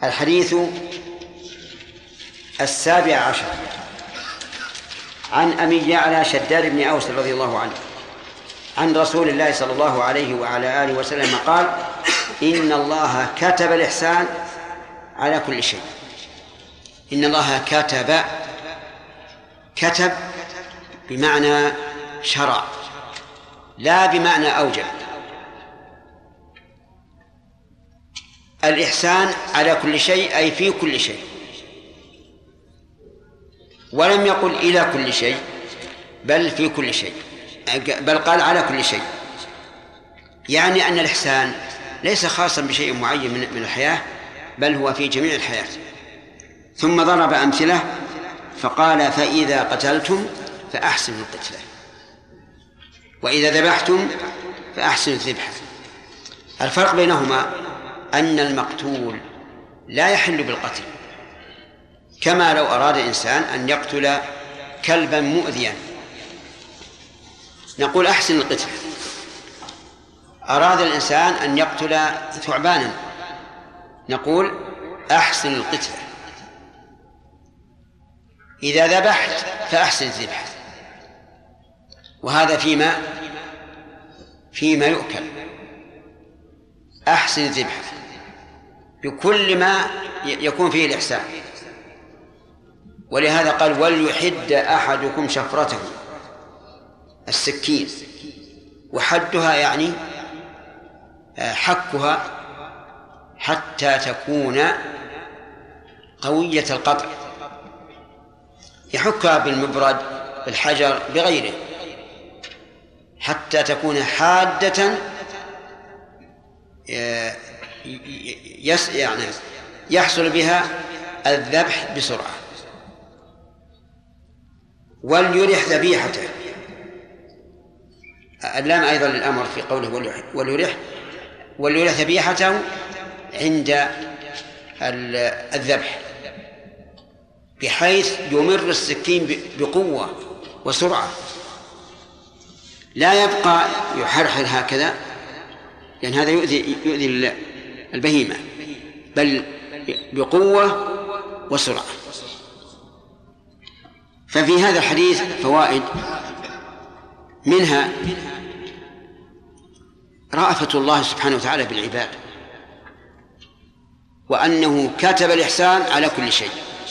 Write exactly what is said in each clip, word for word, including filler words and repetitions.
الحديث السابع عشر عن أبي يعلى شداد بن أوس رضي الله عنه عن رسول الله صلى الله عليه وعلى آله وسلم قال: إن الله كتب الإحسان على كل شيء. إن الله كتب، كتب بمعنى شرع لا بمعنى أوجب. الإحسان على كل شيء أي في كل شيء، ولم يقل إلى كل شيء بل في كل شيء، بل قال على كل شيء. يعني أن الإحسان ليس خاصا بشيء معين من الحياة، بل هو في جميع الحياة. ثم ضرب أمثلة فقال: فإذا قتلتم فأحسنوا القتلة، وإذا ذبحتم فأحسنوا الذبح. الفرق بينهما أن المقتول لا يحل بالقتل، كما لو أراد إنسان أن يقتل كلبا مؤذيا نقول أحسن القتل. أراد الإنسان أن يقتل ثعبانا نقول أحسن القتل. إذا ذبحت فأحسن الذبح. وهذا فيما فيما يؤكل، أحسن الذبح بكل ما يكون فيه الإحسان. ولهذا قال: وليحد أحدكم شفرته، السكين، وحدها يعني حكها حتى تكون قوية القطع، يحكها بالمبرد بالحجر بغيره حتى تكون حادة يس يعني يحصل بها الذبح بسرعة. وليرح ذبيحته، اللام أيضا للأمر في قوله وليرح، وليرح ذبيحته عند الذبح، بحيث يمر السكين بقوة وسرعة، لا يبقى يحرحل هكذا، لأن هذا يؤذي يؤذي البهيمة، بل بقوة وسرعة. ففي هذا الحديث فوائد، منها رأفة الله سبحانه وتعالى بالعباد، وأنه كتب الإحسان على كل شيء.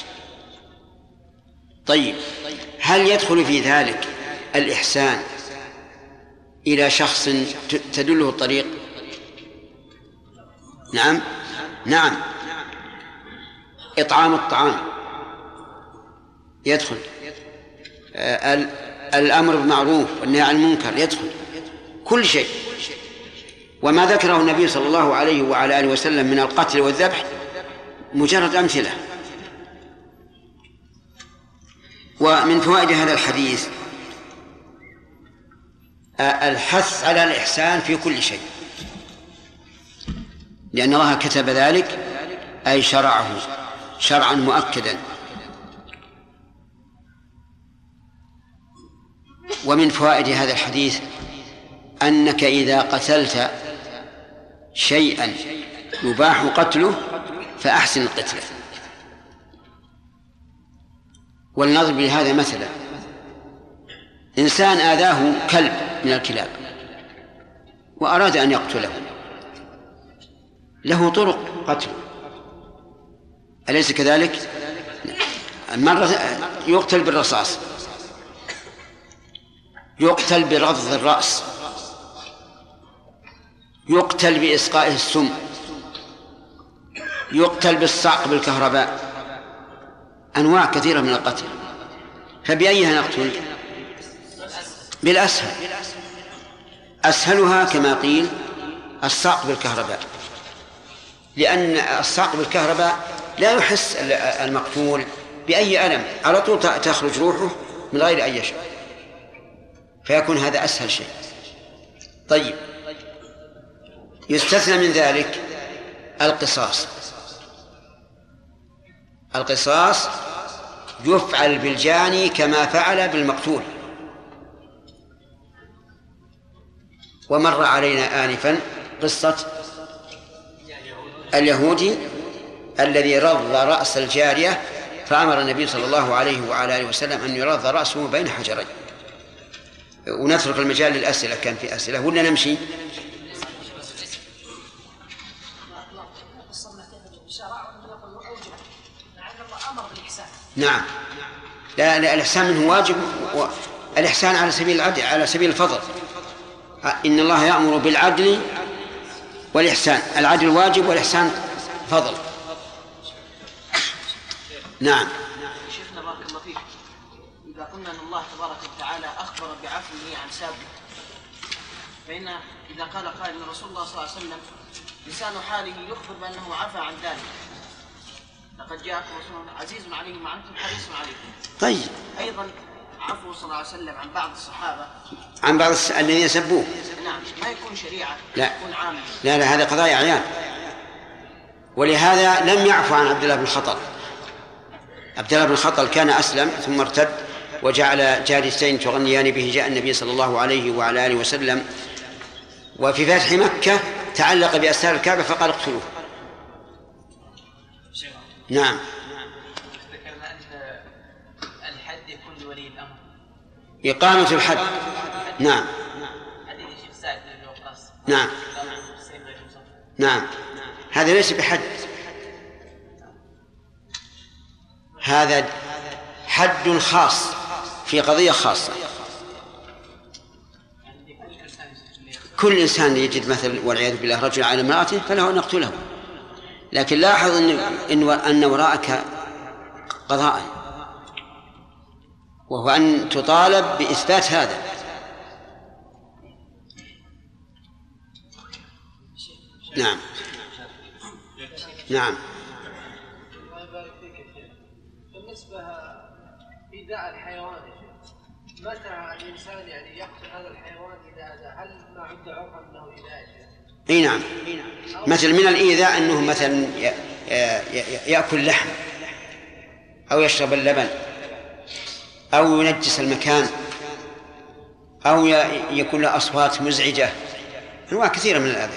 طيب، هل يدخل في ذلك الإحسان إلى شخص تدله الطريق؟ نعم نعم إطعام الطعام يدخل، الأمر بالمعروف والنهي عن المنكر يدخل، كل شيء. وما ذكره النبي صلى الله عليه وعلى آله وسلم من القتل والذبح مجرد أمثلة. ومن فوائد هذا الحديث الحث على الإحسان في كل شيء، لأن الله كتب ذلك أي شرعه شرعا مؤكدا. ومن فوائد هذا الحديث أنك إذا قتلت شيئا يباح قتله فأحسن القتلة. ولنضرب لهذا مثلا: إنسان آذاه كلب من الكلاب وأراد أن يقتله، له طرق قتله، أليس كذلك؟ مرة يقتل بالرصاص، يقتل برض الرأس، يقتل بإسقائه السم، يقتل بالصعق بالكهرباء، أنواع كثيرة من القتل. فبأيها نقتل؟ بالأسهل، أسهلها كما قيل الصعق بالكهرباء، لأن الصعق بالكهرباء لا يحس المقتول بأي ألم، على طول تخرج روحه من غير أي شيء، فيكون هذا أسهل شيء. طيب، يستثنى من ذلك القصاص. القصاص يفعل بالجاني كما فعل بالمقتول. ومر علينا آنفا قصة اليهودي الذي رض رأس الجارية، فأمر النبي صلى الله عليه وعلى آله وسلم أن يرض رأسه بين حجرين. ونترك المجال للأسئلة، كان في أسئلة ولا نمشي؟ نعم. لا, لا الإحسان منه واجب، الإحسان على سبيل العدل، على سبيل الفضل. إن الله يأمر بالعدل والإحسان، العدل واجب والإحسان فضل. نعم. شيخنا بارك الله فيك، إذا قلنا أن الله تبارك وتعالى أخبر بعفوه عن سابق، فإن إذا قال قائل أن رسول الله صلى الله عليه وسلم لسان حاله يخبر بأنه عفى عن ذلك، لقد جاءكم رسول عزيز عليه ما عنتم حريص عليكم. طيب. أيضا عفو صلى الله عليه وسلم عن بعض الصحابة، عن بعض الذين سبوه. نعم، ما يكون شريعة، لا. يكون عام. لا لا هذا قضايا أعيان. ولهذا لم يعفو عن عبد الله بن الخطل. عبد الله بن الخطل كان أسلم ثم ارتد وجعل جاريتين تغنيان به، جاء النبي صلى الله عليه وعلى آله وسلم وفي فتح مكة تعلق بأستار الكعبة فقال اقتلوه. نعم. ذكرنا أن الحد يكون لولي الأمر، إقامة الحد. نعم. حديث الشيخ سعد بن وقاص. نعم. نعم. هذا ليس بحد، هذا حد خاص في قضية خاصة. كل إنسان يجد مثل والعياذ بالله رجل على امرأته فله أن يقتله، لكن لاحظ إن أن وراءك قضاء، وهو أن تطالب بإثبات هذا. نعم. نعم. بالنسبة إيذاء الحيوان، متى الإنسان يعني يقتل هذا الحيوان إذا أذى؟ هل ما عد عرفا أنه إيذاء؟ اي نعم. مثل من الإيذاء أنه مثلا يأكل لحم أو يشرب اللبن أو ينجس المكان أو يكون له أصوات مزعجة، أنواع كثيرة من الأذى.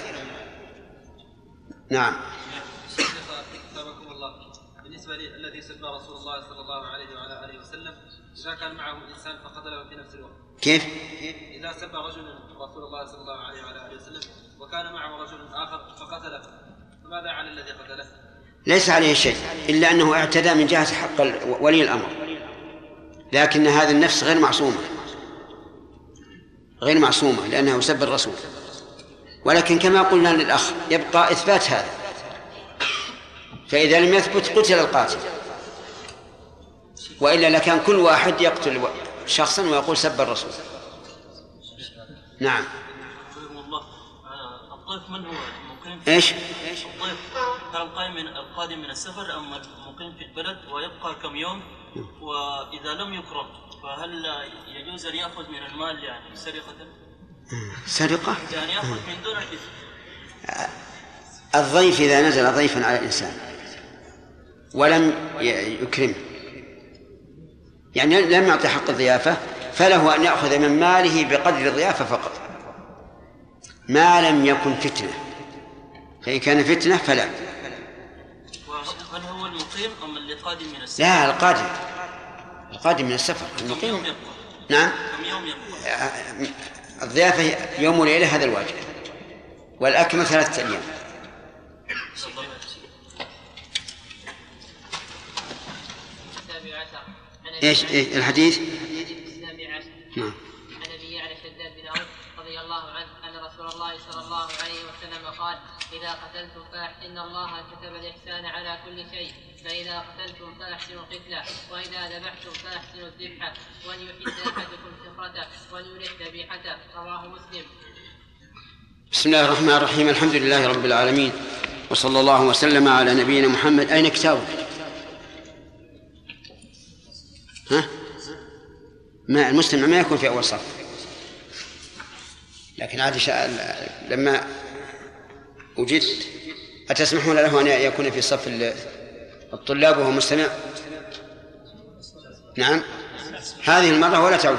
نعم. بالنسبة للذي سب رسول الله صلى الله عليه وعلى آله وسلم، إذا كان معه إنسان فقتله في نفس الوقت. كيف؟ إذا سب رجل رسول الله صلى الله عليه وعلى آله وسلم وكان معه رجل آخر فقتله، فماذا على الذي قتله؟ ليس عليه شيء إلا أنه اعتدى من جهة حق ولي الأمر، لكن هذا النفس غير معصومة، غير معصومة لأنه سب الرسول. ولكن كما قلنا للأخ يبقى إثبات هذا، فإذا لم يثبت قتل القاتل، وإلا لكان كل واحد يقتل شخصا ويقول سب الرسول. نعم. الضيف من هو المقيم؟ إيش؟ الضيف هل القائم من القادم من السفر أم المقيم في البلد ويبقى كم يوم؟ وإذا لم يكرم فهل يجوز أن يأخذ من المال يعني سرقة؟ سرقة؟ يعني يأخذ من دون الإثم. الضيف إذا نزل ضيفا على الإنسان ولم يكرمه، يعني لم يعطي حق الضيافة، فله أن يأخذ من ماله بقدر الضيافة فقط، ما لم يكن فتنة. فإن كان فتنة فلا. هل هو المقيم أم اللي قادم من السفر؟ لا، القادم، القادم من السفر. المقيم يوم يبقى. نعم. كم يوم يبقى؟ الضيافة يوم وليلة، هذا الواجب، والأكمل ثلاثة أيام. إيش الحديث؟ نعم. عن أبي على شداد بن عوف رضي الله عنه أن رسول الله صلى الله عليه وسلم قال: إذا قتلتم فإن الله كتب الإحسان على كل شيء، فإذا قتلتم فأحسنوا القتلة، وإذا ذبحتم فأحسنوا الذبحة، وليحد أحدكم سفرته وليرح ذبيحته. رواه مسلم. بسم الله الرحمن الرحيم. الحمد لله رب العالمين، وصلى الله وسلم على نبينا محمد. أين كتابك؟ ها؟ ما المسلم ما يكون في أول صف، لكن عاد شاء لما وجدت أتسمحون له أن يكون في صف الطلاب وهو مستمع؟ نعم، هذه المرة ولا تعود.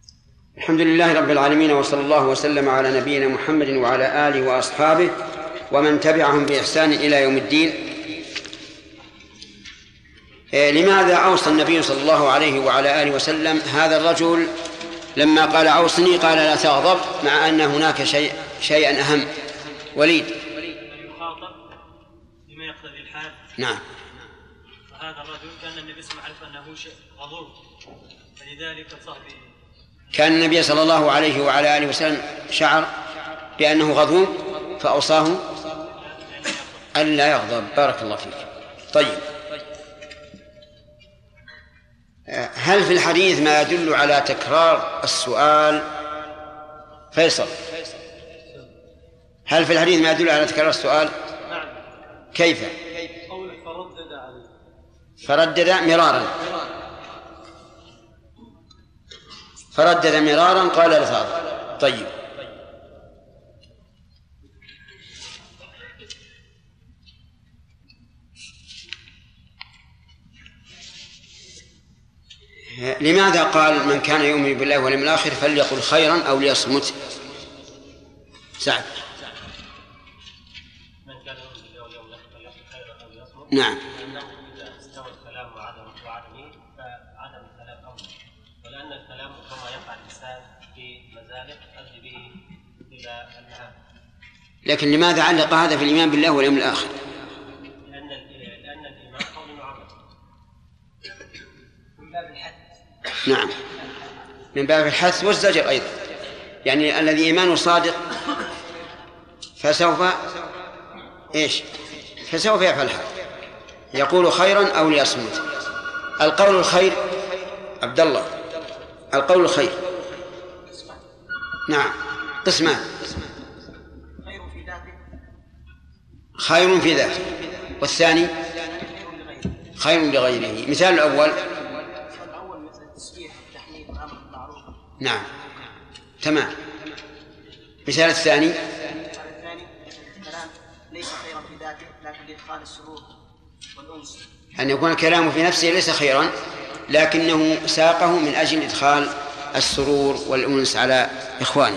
الحمد لله رب العالمين، وصلى الله وسلم على نبينا محمد وعلى آله وأصحابه ومن تبعهم بإحسان إلى يوم الدين. لماذا أوصى النبي صلى الله عليه وعلى آله وسلم هذا الرجل لما قال أوصني قال لا تغضب، مع أن هناك شيء شيئا أهم؟ وليد. يخاطب بما يقتضي الحال. نعم. فهذا الرجل كان النبي صلى الله عليه وسلم يعرف أنه غضوب، فلذلك صاحبه كان النبي صلى الله عليه وعلى آله وسلم شعر بأنه غضوب فأوصاه ألا يغضب. بارك الله فيك. طيب، هل في الحديث ما يدل على تكرار السؤال؟ فيصل، هل في الحديث ما يدل على تكرار السؤال؟ نعم. كيف؟ قوله فردد عليه. فردد مرارا، فردد مرارا قال لا تغضب. طيب، لماذا قال من كان يؤمن بالله واليوم الآخر فليقل خيرا أو ليصمت؟ سعد. من كان يؤمن بالله واليوم الآخر فليقل خيرا أو ليصمت. نعم. لأنه إذا استوى الكلام وعدم وعدمه فعدم الكلام أولى، ولأن الكلام كما يقع الإنسان في مزاجه يؤدي به إلى النهاية. لكن لماذا علق هذا في الإيمان بالله واليوم الآخر؟ لأن لأن الإيمان قول وعمل. من باب الحد. نعم، من باب الحث والزجر أيضا، يعني الذي إيمانه صادق فسوف إيش؟ فسوف يفعل هذا، يقول خيرا أو ليصمت. القول الخير عبد الله، القول الخير نعم قسمان: خير في ذاته، خير في ذاته، والثاني خير لغيره. مثال الأول الأول مثل التسبيح والتحميد والأمر بالمعروف. نعم تمام. مثال الثاني الثاني الكلام ليس خيرا في ذاته لكن لإدخال السرور والأنس، أن يكون الكلام في نفسه ليس خيرا لكنه ساقه من أجل إدخال السرور والأنس على إخوانه.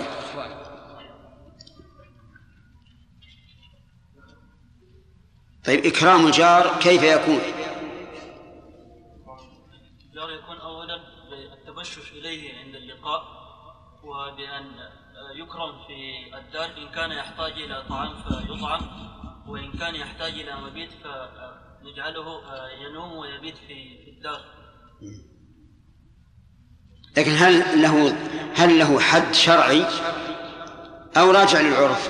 طيب، إكرام الجار كيف يكون؟ الجار يكون أولا بالتبشش إليه عند اللقاء، وبأن يكرم في الدار إن كان يحتاج إلى طعام فيطعم، وإن كان يحتاج إلى مبيت فنجعله ينوم ويبيت في الدار. لكن هل له هل له حد شرعي أو راجع للعرف؟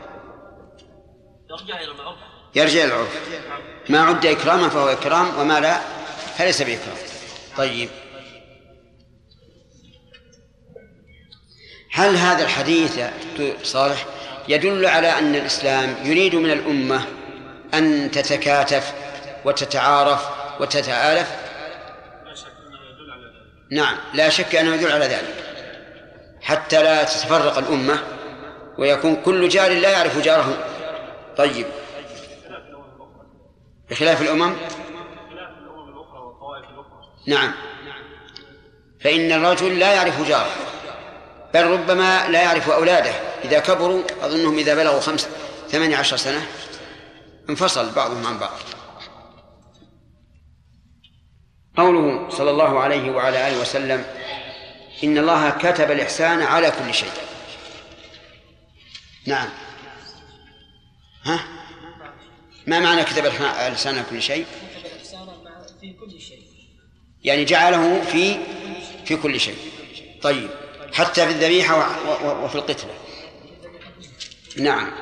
يرجع إلى العرف. يرجع إلى العرف. ما عد إكراما فهو إكرام، وما لا فليس بإكرام. طيب، هل هذا الحديث يا صالح يدل على أن الإسلام يريد من الأمة أن تتكاتف وتتعارف وتتآلف؟ نعم، لا شك أنه يدل على ذلك، حتى لا تتفرق الأمة ويكون كل جار لا يعرف جاره. طيب، بخلاف الأمم نعم، فإن الرجل لا يعرف جاره، بل ربما لا يعرف أولاده إذا كبروا. أظنهم إذا بلغوا خمس ثمانية عشر سنة انفصل بعضهم عن بعض. قوله صلى الله عليه وعلى آله وسلم إن الله كتب الإحسان على كل شيء. نعم، ها؟ ما معنى كتب الإحسان على كل شيء؟ كتب الإحسان في كل شيء، يعني جعله في في كل شيء. طيب، حتى في الذبيحة وفي القتلة. نعم.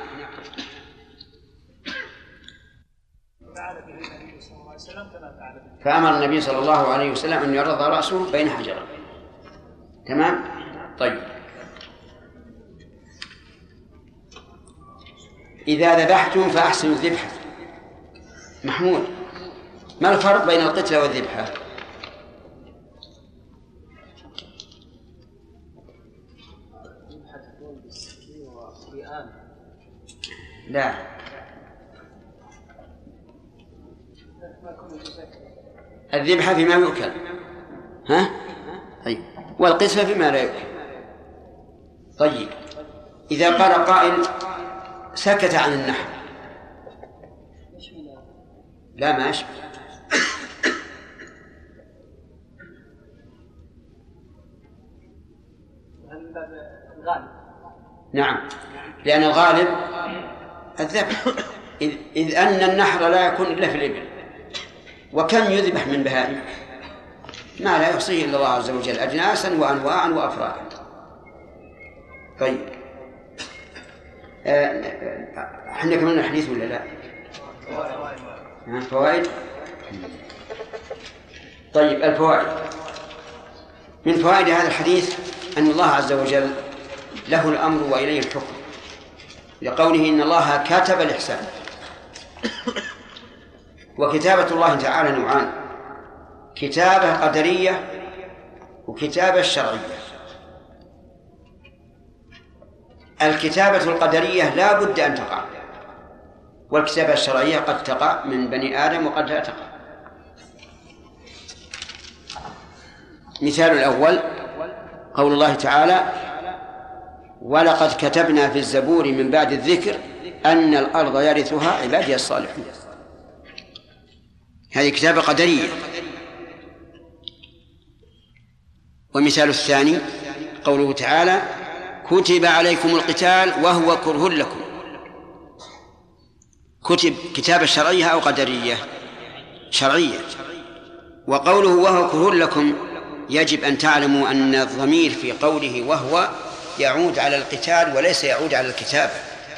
فأمر النبي صلى الله عليه وسلم أن يعرض رأسه بين حجرين. تمام. طيب، إذا ذبحتم فأحسنوا الذبحة. محمود، ما الفرق بين القتلة والذبحة؟ لا، الذبحة فيما يؤكل، ها؟ طيب، والقسمة فيما لا يؤكل. طيب، إذا قال قائل سكت عن النحر لا ما يشبه. نعم، لأن الغالب الذبح، إذ, إذ أن النحر لا يكون إلا في الإبل، وكم يذبح من بهائم ما لا يحصيه إلا الله عز وجل، أجناسا وأنواعا وأفرادا. طيب احنا كمان الحديث ولا لا؟ فوائد. طيب الفوائد، من فوائد هذا الحديث أن الله عز وجل له الأمر وإليه الحكم، لقوله إن الله كتب الإحسان. وكتابة الله تعالى نوعان: كتابة قدرية وكتابة شرعية. الكتابة القدرية لا بد أن تقع، والكتابة الشرعية قد تقع من بني آدم وقد لا تقع. مثال الأول قول الله تعالى: ولقد كتبنا في الزبور من بعد الذكر أن الأرض يرثها عبادي الصالحون. هذه كتابة قدرية. ومثال الثاني قوله تعالى: كتب عليكم القتال وهو كره لكم. كتب كتابة شرعية أو قدرية؟ شرعية. وقوله وهو كره لكم يجب أن تعلموا أن الضمير في قوله وهو يعود على القتال وليس يعود على الكتابة،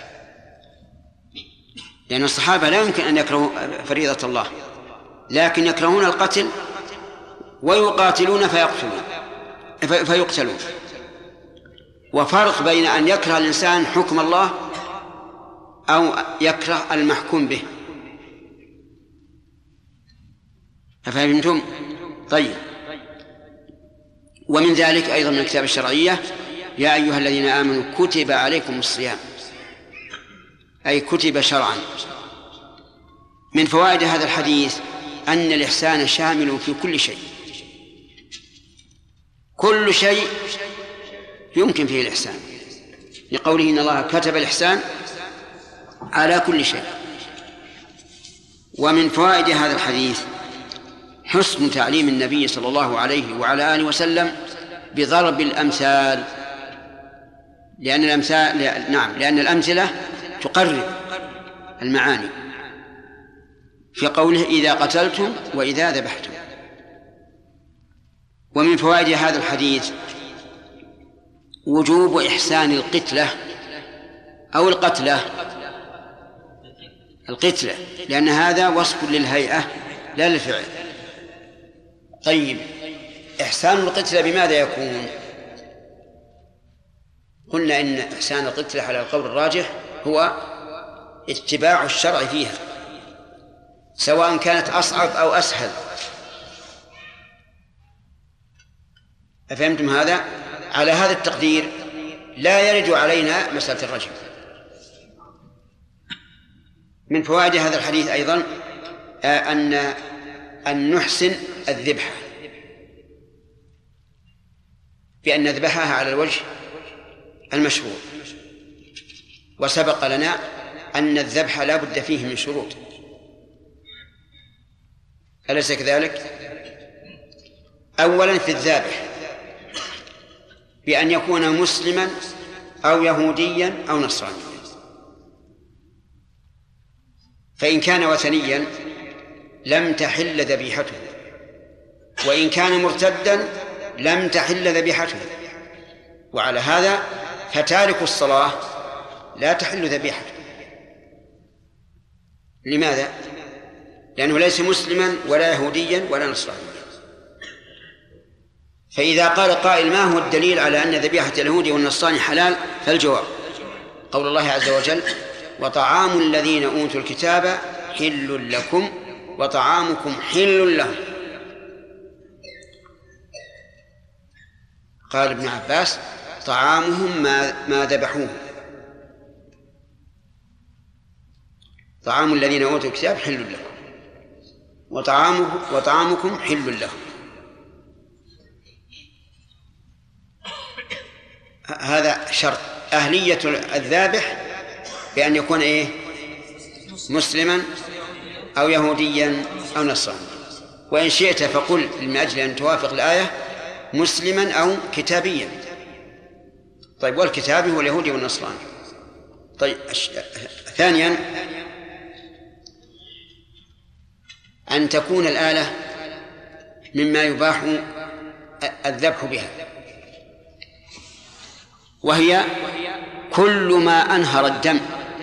لأن الصحابة لا يمكن أن يكرهوا فريضة الله، لكن يكرهون القتل ويقاتلون فيقتلون فيقتلون. وفرق بين أن يكره الإنسان حكم الله أو يكره المحكوم به. أفهمتم؟ طيب. ومن ذلك أيضا من الكتاب الشرعية: يا أيها الذين آمنوا كتب عليكم الصيام، أي كتب شرعا. من فوائد هذا الحديث أن الإحسان شامل في كل شيء، كل شيء يمكن فيه الإحسان، لقوله إن الله كتب الإحسان على كل شيء. ومن فوائد هذا الحديث حسن تعليم النبي صلى الله عليه وعلى آله وسلم بضرب الأمثال، لأن الأمثال نعم لأن الأمثلة تقرب المعاني، في قوله إذا قتلتم وإذا ذبحتم. ومن فوائد هذا الحديث وجوب إحسان القتلة أو القتلة القتلة لأن هذا وصف للهيئة لا للفعل. طيب، إحسان القتلة بماذا يكون؟ قلنا إن إحسان القتلة على القول الراجح هو اتباع الشرع فيها، سواء كانت أصعب أو أسهل. أفهمتم هذا؟ على هذا التقدير لا يرد علينا مسألة الرجم. من فوائد هذا الحديث أيضا أن أن نحسن الذبحة بأن نذبحها على الوجه المشروع، وسبق لنا أن الذبح لا بد فيه من شروط، أليس كذلك؟ أولا في الذابح بأن يكون مسلما أو يهوديا أو نصرانيا، فإن كان وثنيا لم تحل ذبيحته، وإن كان مرتدا لم تحل ذبيحته. وعلى هذا فتارك الصلاة لا تحل ذبيحته. لماذا؟ لأنه ليس مسلما ولا يهوديا ولا نصرانيا. فإذا قال قائل ما هو الدليل على أن ذبيحة اليهودي والنصراني حلال؟ فالجواب قول الله عز وجل: وطعام الذين أوتوا الكتاب حل لكم وطعامكم حل لهم. قال ابن عباس: طعامهم ما, ما ذبحوه. طعام الذين أوتوا الكتاب حل لكم وطعامه وطعامكم حل لهم. هذا شرط أهلية الذابح بأن يكون إيه؟ مسلما أو يهوديا أو نصرانيا. وإن شئت فقل من أجل أن توافق الآية مسلما أو كتابيا. طيب والكتابي واليهودي والنصراني. طيب ثانيا أن تكون الآلة مما يباح الذبح بها، وهي كل ما أنهر الدم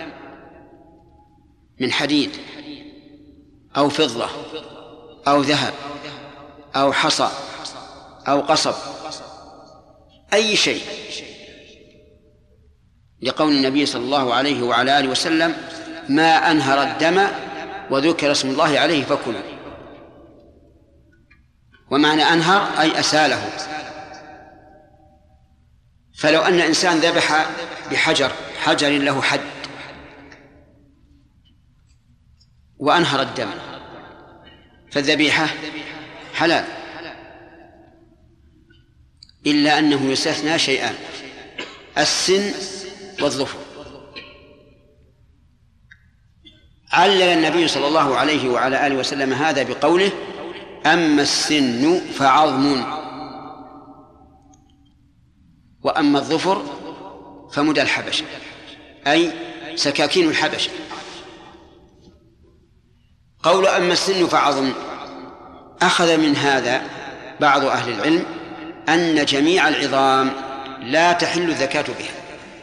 من حديد أو فضة أو ذهب أو حصى أو قصب، أي شيء، لقول النبي صلى الله عليه وعلى آله وسلم: ما أنهر الدم وذكر اسم الله عليه فكلوا. ومعنى أنهر أي أساله. فلو أن إنسان ذبح بحجر حجر له حد وأنهر الدم فالذبيحة حلال، إلا أنه يستثنى شيئان: السن والظفر. علل النبي صلى الله عليه وعلى آله وسلم هذا بقوله: أما السن فعظم، وأما الظفر فمدى الحبشة، أي سكاكين الحبشة. قول أما السن فعظم أخذ من هذا بعض أهل العلم أن جميع العظام لا تحل الزكاة بها.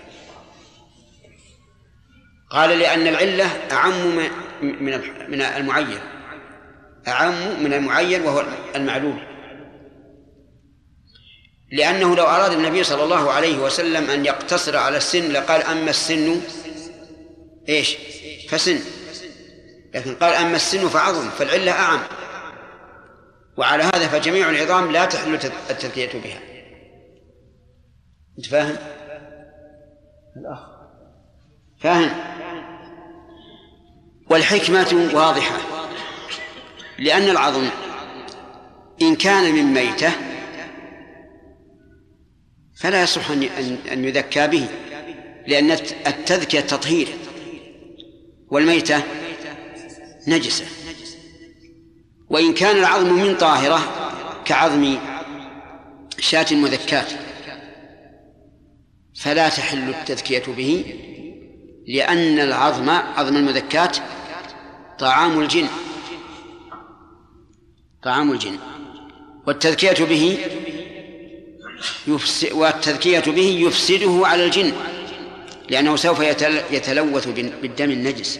قال لأن العلة أعم من المعين، أعم من المعين وهو المعلول، لأنه لو أراد النبي صلى الله عليه وسلم أن يقتصر على السن لقال: أما السن إيش فسن، لكن قال: أما السن فعظم، فالعلة أعم. وعلى هذا فجميع العظام لا تحل التذكية بها. أنت فاهم؟ الأخ فاهم؟ والحكمة واضحة، لأن العظم إن كان من ميتة فلا يصح أن يذكى به، لأن التذكية تطهير، والميتة نجسة. وإن كان العظم من طاهرة كعظم شاة مذكاة فلا تحل التذكية به، لأن العظم عظم المذكاة طعام الجن، طعام الجن، والتذكية به يفسد والتذكية به يفسده على الجن، لأنه سوف يتلوث بالدم النجس.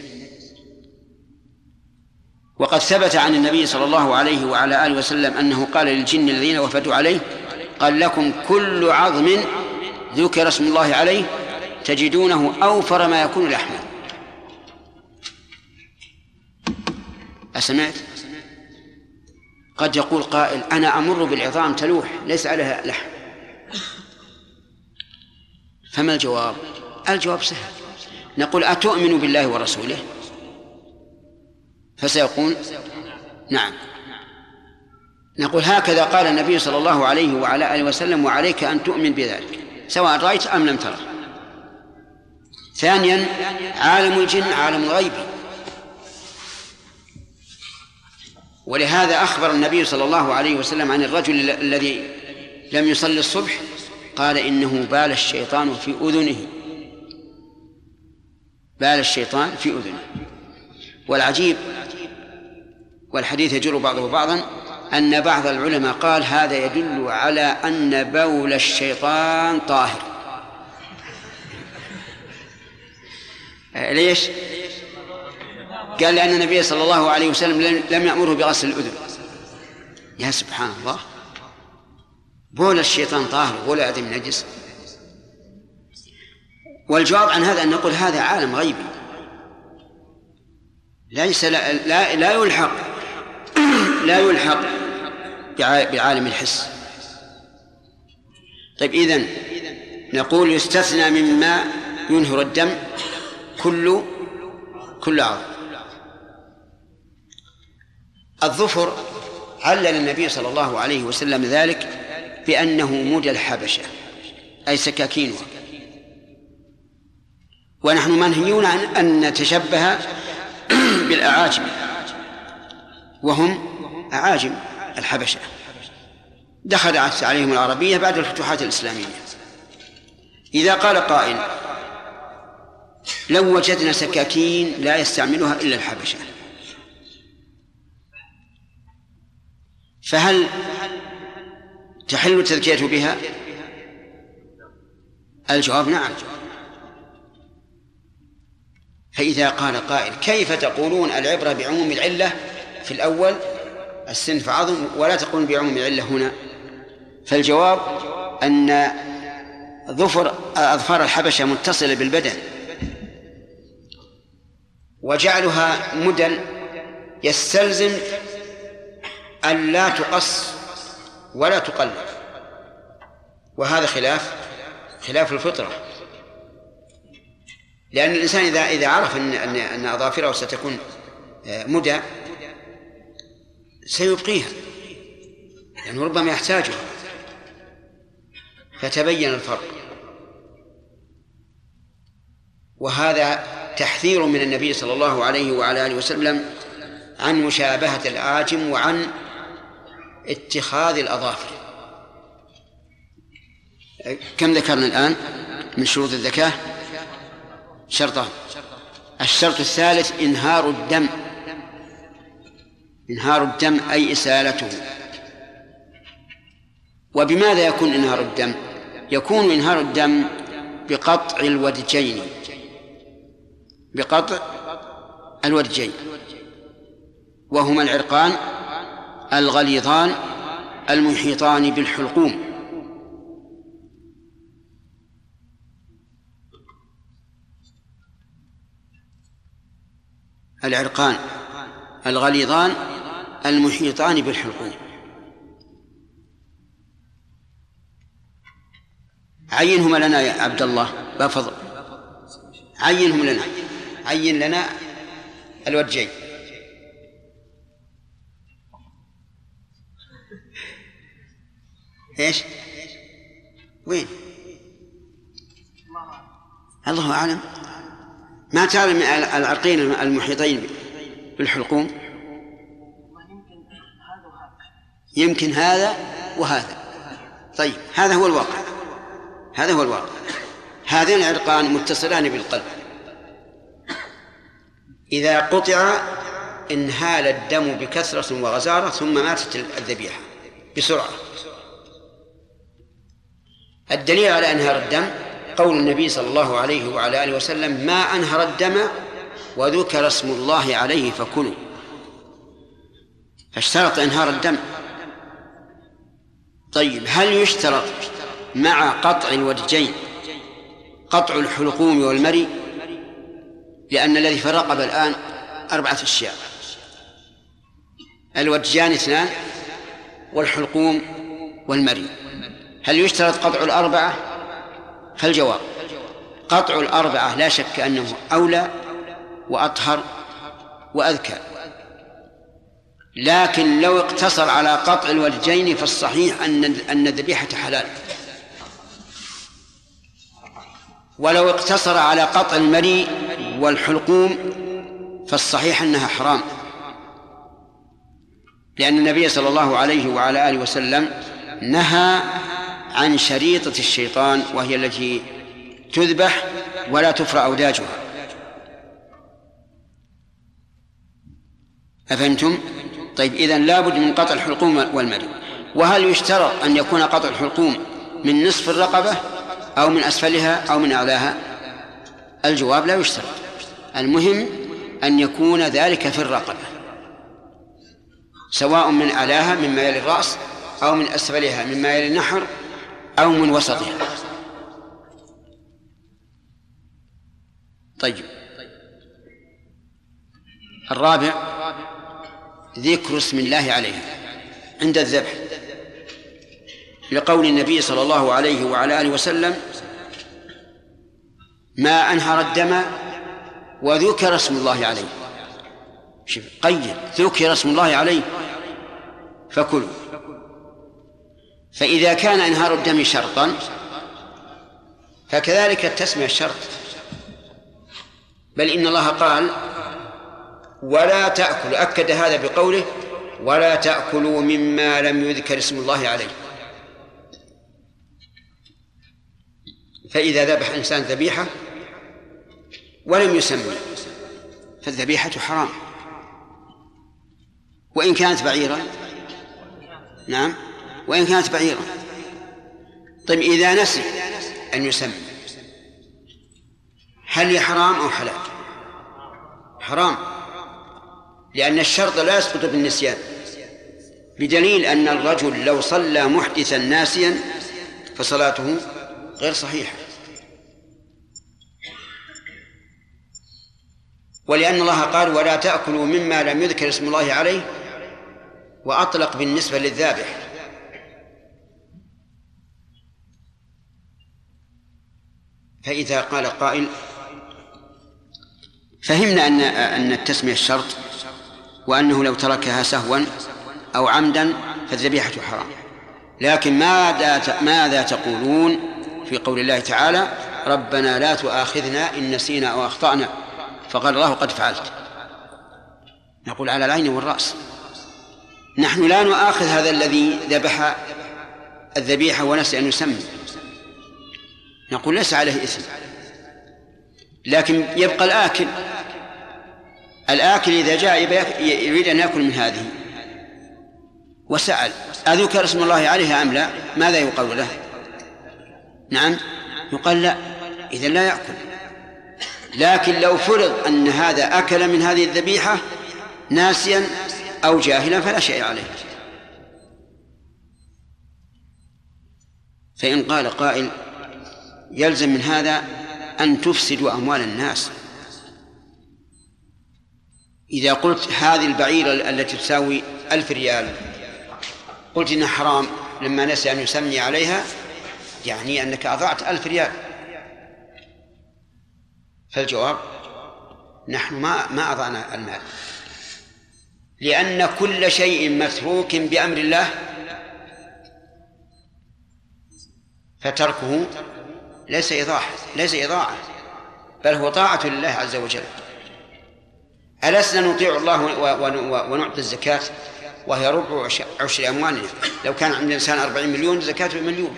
وقد ثبت عن النبي صلى الله عليه وعلى آله وسلم أنه قال للجن الذين وفدوا عليه: قال لكم كل عظم ذكر اسم الله عليه تجدونه أوفر ما يكون لحما. أسمعت؟ قد يقول قائل: أنا أمر بالعظام تلوح ليس عليها لحم، فما الجواب؟ الجواب سهل، نقول: أتؤمن بالله ورسوله؟ فسيقول: نعم. نقول: هكذا قال النبي صلى الله عليه وعلى آله وسلم، وعليك أن تؤمن بذلك سواء رأيت أم لم ترى. ثانيا، عالم الجن عالم الغيب، ولهذا أخبر النبي صلى الله عليه وسلم عن الرجل الذي لم يصلي الصبح، قال: إنه بال الشيطان في أذنه، بال الشيطان في أذنه. والعجيب، والحديث يجر بعضه بعضا، أن بعض العلماء قال: هذا يدل على أن بول الشيطان طاهر. ليش؟ قال: لأن النبي صلى الله عليه وسلم لم يأمره بغسل الأذن. يا سبحان الله، بول الشيطان طاهر ولا أذن نجس. والجواب عن هذا أن نقول: هذا عالم غيبي ليس لا, لا, لا يلحق لا يلحق بعالم الحس. طيب، إذن نقول يستثنى مما ينهر الدم كل كل عظم. الظفر علل النبي صلى الله عليه وسلم ذلك بأنه مدى الحبشة، أي سكاكينها، ونحن منهيون عن أن نتشبه بالأعاجم وهم أعاجم الحبشة، دخلت عليهم العربية بعد الفتوحات الإسلامية. إذا قال قائل لو وجدنا سكاكين لا يستعملها إلا الحبشة، فهل تحل التذكية بها؟ الجواب نعم. فإذا قال قائل كيف تقولون العبرة بعموم العلة في الأول السن عظم ولا تقولون بعموم العلة هنا؟ فالجواب أن ظفر أظفار الحبشة متصلة بالبدن، وجعلها مدن يستلزم أن لا تقص ولا تقلل، وهذا خلاف خلاف الفطرة، لأن الإنسان إذا إذا عرف أن أن أن أظافره ستكون مدى سيبقيها، لأنه ربما يحتاجها، فتبين الفرق. وهذا تحذير من النبي صلى الله عليه وعلى آله وسلم عن مشابهة الأعاجم وعن اتخاذ الأظافر. كم ذكرنا الآن من شروط الزكاة؟ شرطان. الشرط الثالث إنهار الدم، إنهار الدم أي إسالته. وبماذا يكون إنهار الدم؟ يكون إنهار الدم بقطع الودجين، بقطع الودجين وهما العرقان الغليظان المحيطان بالحلقوم. العرقان الغليظان المحيطان بالحلقوم. عينهما لنا يا عبد الله، بفضل عينهم لنا، عين لنا الوجهين. ايش وين؟ الله أعلم. ما تعلم العرقين المحيطين بالحلقوم؟ يمكن هذا وهذا. طيب هذا هو الواقع، هذا هو الواقع. هذين العرقان متصلان بالقلب، إذا قطع انهال الدم بكثرة وغزارة ثم ماتت الذبيحة بسرعة. الدليل على انهار الدم قول النبي صلى الله عليه وعلى آله وسلم: ما أنهر الدم وذكر اسم الله عليه فكلوا. فاشترط إنهار الدم. طيب هل يشترط مع قطع الودجين قطع الحلقوم والمري؟ لأن الذي في الرقبة الآن أربعة أشياء: الودجان اثنان والحلقوم والمري. هل يشترط قطع الأربعة؟ فالجواب قطع الأربعة لا شك أنه أولى وأطهر وأذكى، لكن لو اقتصر على قطع الودجين فالصحيح أن أن الذبيحة حلال، ولو اقتصر على قطع المري والحلقوم فالصحيح أنها حرام، لأن النبي صلى الله عليه وعلى آله وسلم نهى عن شريطة الشيطان، وهي التي تذبح ولا تفرع أوداجها. أفهمتم؟ طيب إذن لابد من قطع الحلقوم والمري. وهل يشترط أن يكون قطع الحلقوم من نصف الرقبة أو من أسفلها أو من أعلاها؟ الجواب لا يشترط، المهم أن يكون ذلك في الرقبة، سواء من أعلاها مما يلي الرأس أو من أسفلها مما يلي النحر أو من وسطها. طيب الرابع ذكر اسم الله عليها عند الذبح، لقول النبي صلى الله عليه وعلى آله وسلم: ما أنهر الدم وذكر اسم الله عليه. شوف قيد، ذكر اسم الله عليه فكلوا. فإذا كان إنهار الدم شرطا فكذلك التسمية الشرط، بل إن الله قال: ولا تأكل، أكد هذا بقوله: ولا تأكلوا مما لم يذكر اسم الله عليه. فإذا ذبح إنسان ذبيحة ولم يسمي فالذبيحة حرام، وإن كانت بعيرة. نعم، وإن كانت بعيرة. طيب إذا نسي أن يسمي هل هي حرام أو حلال؟ حرام، لأن الشرط لا يسقط بالنسيان، بدليل أن الرجل لو صلى محدثا ناسيا فصلاته غير صحيحة. ولأن الله قال ولا تأكلوا مما لم يذكر اسم الله عليه، وأطلق بالنسبة للذابح. فإذا قال قائل فهمنا أن أن التسمية الشرط، وأنه لو تركها سهوا أو عمدا فالذبيحة حرام، لكن ماذا ماذا تقولون في قول الله تعالى ربنا لا تؤاخذنا إن نسينا أو أخطأنا؟ فقال الله قد فعلت. نقول على العين والرأس، نحن لا نؤاخذ هذا الذي ذبح الذبيحة ونسي أن يسمي، نقول ليس عليه إثم، لكن يبقى الآكل. الآكل إذا جاء يريد أن يأكل من هذه وسأل أذكر اسم الله عليها أم لا، ماذا يقال له؟ نعم، يقال لا، إذن لا يأكل. لكن لو فرض أن هذا أكل من هذه الذبيحة ناسيا أو جاهلا فلا شيء عليه. فإن قال قائل يلزم من هذا أن تفسدوا أموال الناس. إذا قلت هذه البعيرة التي تساوي ألف ريال قلت إنها حرام لما نسي أن يسمي عليها، يعني أنك أضعت ألف ريال. فالجواب نحن ما ما أضعنا المال، لأن كل شيء متروك بأمر الله فتركه ليس إضاعة ليس إضاعة بل هو طاعة لله عز وجل. ألسنا نطيع الله ونعطي الزكاة وهي ربع عشر أموالنا؟ لو كان عند الإنسان أربعين مليون زكاته مليون.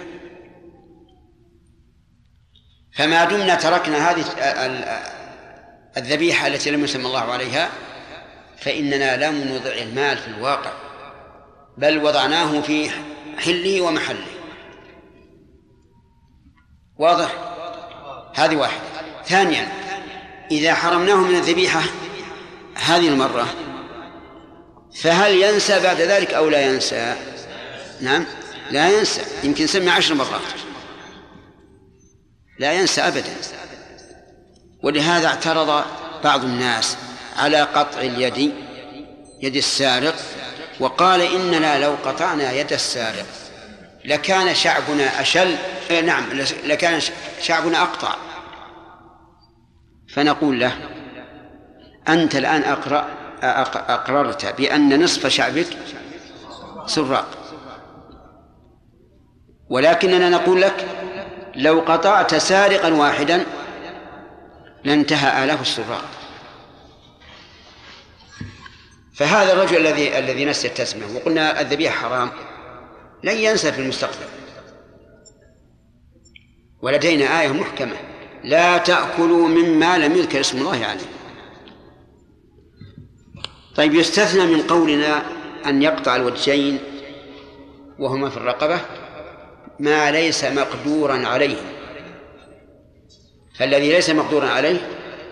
فما دمنا تركنا هذه الذبيحة التي لم يسمى الله عليها فإننا لم نضع المال في الواقع، بل وضعناه في حله ومحله. واضح؟ هذه واحدة. ثانيا، إذا حرمناه من الذبيحة هذه المرة فهل ينسى بعد ذلك أو لا ينسى؟ نعم، لا ينسى، يمكن سمع عشر مرات، لا ينسى أبدا. ولهذا اعترض بعض الناس على قطع اليد يد السارق، وقال إننا لو قطعنا يد السارق لكان شعبنا أشل، نعم لكان شعبنا أقطع. فنقول له أنت الآن أقرأ أقررت بأن نصف شعبك سراق، ولكننا نقول لك لو قطعت سارقا واحدا لانتهى آلاف السراق. فهذا الرجل الذي الذي نسي التسمية وقلنا الذبيحة حرام لن ينسى في المستقبل، ولدينا آية محكمة لا تأكلوا مما لم يذكر اسم الله عليه. طيب، يستثنى من قولنا أن يقطع الوجهين وهما في الرقبة ما ليس مقدورا عليه. فالذي ليس مقدورا عليه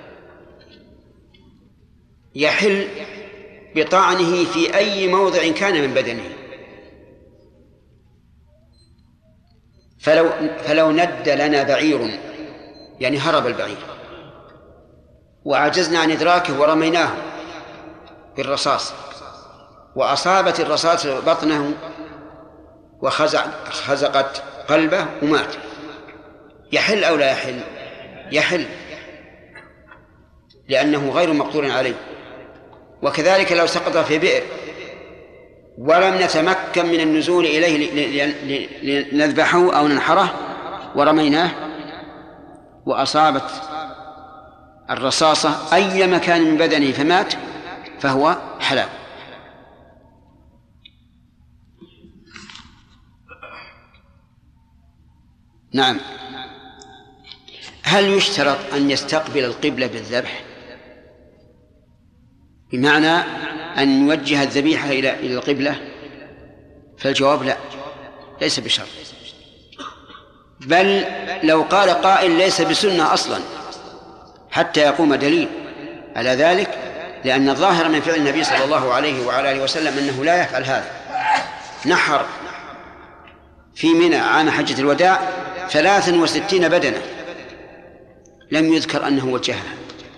يحل بطعنه في أي موضع كان من بدنه. فلو, فلو ند لنا بعير، يعني هرب البعير وعجزنا عن إدراكه ورميناه بالرصاص وأصابت الرصاص بطنه وخزقت قلبه ومات، يحل أو لا يحل؟ يحل، لأنه غير مقدور عليه. وكذلك لو سقط في بئر ولم نتمكن من النزول إليه لنذبحه أو ننحره ورميناه وأصابت الرصاصة أي مكان من بدنه فمات فهو حلال. نعم. هل يشترط أن يستقبل القبلة بالذبح؟ بمعنى أن يوجه الذبيحة إلى إلى القبلة؟ فالجواب لا، ليس بشرط. بل لو قال قائل ليس بسنة أصلا حتى يقوم دليل على ذلك، لأن الظاهر من فعل النبي صلى الله عليه وعلى آله وسلم أنه لا يفعل هذا. نحر في منى عام حجة الوداع ثلاثا وستين بدنة، لم يذكر أنه وجهها.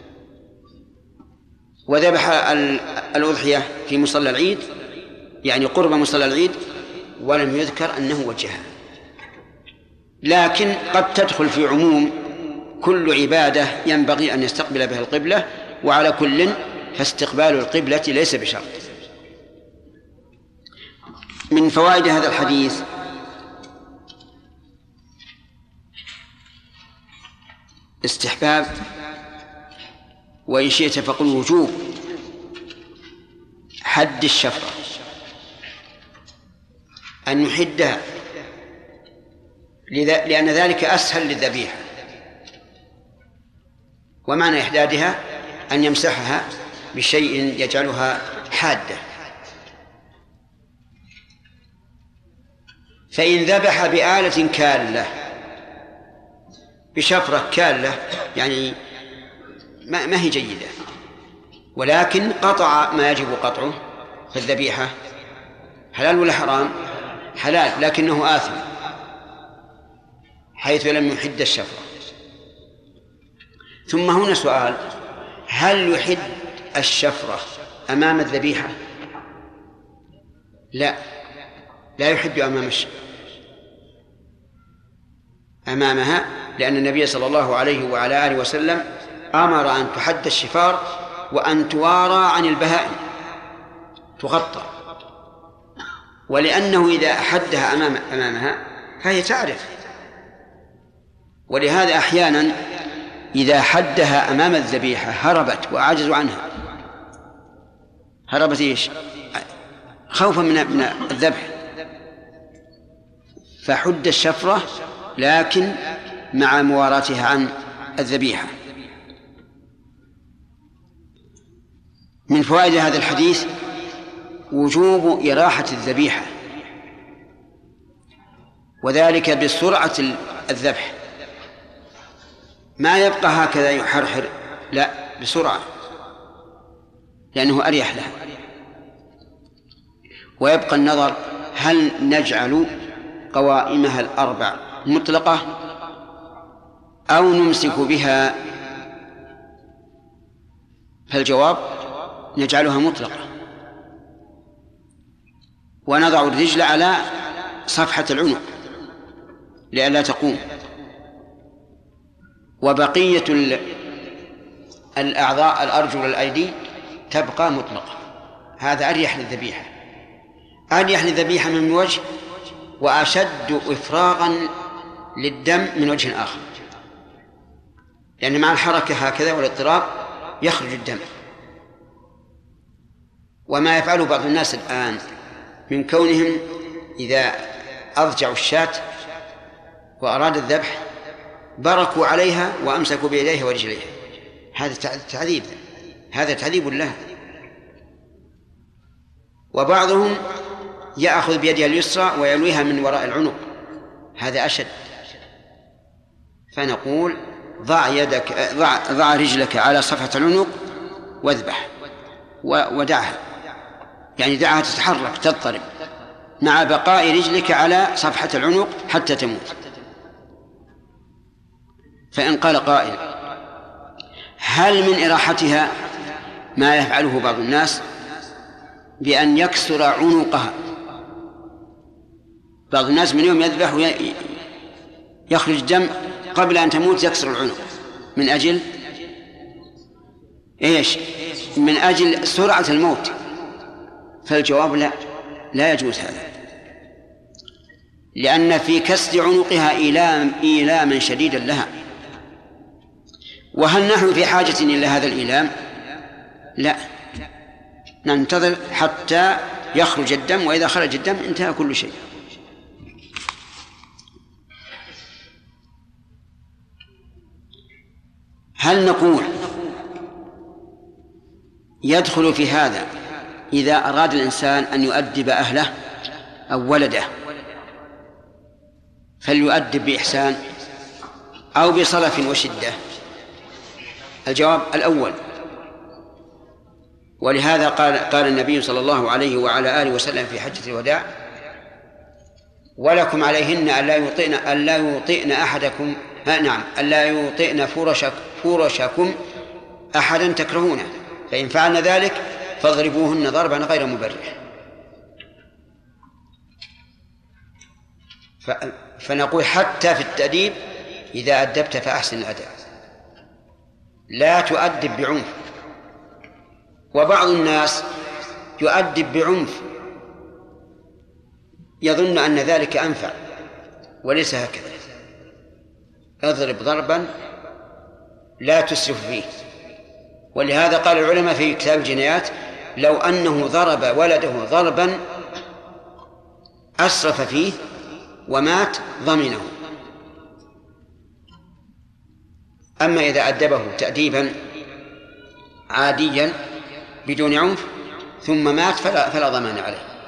وذبح الأضحية في مصلى العيد، يعني قرب مصلى العيد، ولم يذكر أنه وجهها. لكن قد تدخل في عموم كل عبادة ينبغي أن يستقبل بها القبلة، وعلى كل فاستقبال القبلة ليس بشرط. من فوائد هذا الحديث استحباب، وإن شئت فقل وجوب، حد الشفرة، أن يحدها، لأن ذلك أسهل للذبيحة. ومعنى إحدادها أن يمسحها بشيء يجعلها حادة. فإن ذبح بآلة كالة، بشفرة كالة، يعني ما هي جيدة، ولكن قطع ما يجب قطعه في الذبيحة، حلال ولا حرام؟ حلال، لكنه آثم حيث لم يحد الشفرة. ثم هنا سؤال: هل يحد الشفرة أمام الذبيحة؟ لا، لا يحد أمام الشفرة أمامها، لأن النبي صلى الله عليه وعلى آله وسلم أمر أن تحد الشفار وأن توارى عن البهائم، تغطى. ولأنه إذا أحدها أمام أمامها فهي تعرف. ولهذا أحيانا إذا حدها أمام الذبيحة هربت وعجزوا عنها. هربت إيش؟ خوفا من الذبح، فحد الشفرة لكن مع مواراتها عن الذبيحة. من فوائد هذا الحديث وجوب إراحة الذبيحة، وذلك بسرعة الذبح، ما يبقى هكذا يحرحر، لا، بسرعة، لأنه أريح له. ويبقى النظر هل نجعل قوائمها الأربع مطلقة أو نمسك بها؟ فالجواب نجعلها مطلقة، ونضع الرجل على صفحة العنق لئلا تقوم، وبقية الأعضاء الأرجل والأيدي تبقى مطلقة. هذا أريح للذبيحة، أريح للذبيحة من وجه، وأشد إفراغا للدم من وجه آخر، لأن مع الحركة هكذا والاضطراب يخرج الدم. وما يفعله بعض الناس الآن من كونهم إذا أضجعوا الشاة وأراد الذبح بركوا عليها وأمسكوا بيديها ورجليها، هذا تعذيب، هذا تعذيب له. وبعضهم يأخذ بيدها اليسرى ويلويها من وراء العنق، هذا أشد. فنقول ضع يدك ضع, ضع رجلك على صفحة العنق واذبح ودعها، يعني دعها تتحرك تضطرب مع بقاء رجلك على صفحة العنق حتى تموت. فإن قال قائل: هل من إراحتها ما يفعله بعض الناس بأن يكسر عنقها؟ بعض الناس من يوم يذبح يخرج دم قبل أن تموت يكسر العنق من أجل إيش؟ من أجل سرعة الموت. فالجواب لا، لا يجوز هذا، لأن في كسر عنقها إيلام إيلاما شديدا لها. وهل نحن في حاجة إلى هذا الإيلام؟ لا، ننتظر حتى يخرج الدم، وإذا خرج الدم انتهى كل شيء. هل نقول يدخل في هذا إذا أراد الإنسان أن يؤدب أهله أو ولده فليؤدب بإحسان أو بصلف وشدة؟ الجواب الأول. ولهذا قال قال النبي صلى الله عليه وعلى آله وسلم في حجة الوداع: ولكم عليهن ألا يطئن ألا يطئن أحدكم نعم ألا يطئن فرشك فرشكم أحدا تكرهونه، فإن فعلن ذلك فاضربوهن ضربا غير مبرح. فنقول حتى في التأديب إذا أدبت فأحسن الأدب، لا تؤدب بعنف. وبعض الناس يؤدب بعنف يظن أن ذلك أنفع، وليس هكذا. اضرب ضربا لا تسرف فيه. ولهذا قال العلماء في كتاب الجنايات: لو أنه ضرب ولده ضربا أسرف فيه ومات ضمنه. أما إذا أدبه تأديبا عاديا بدون عنف ثم مات فلا, فلا ضمان عليه.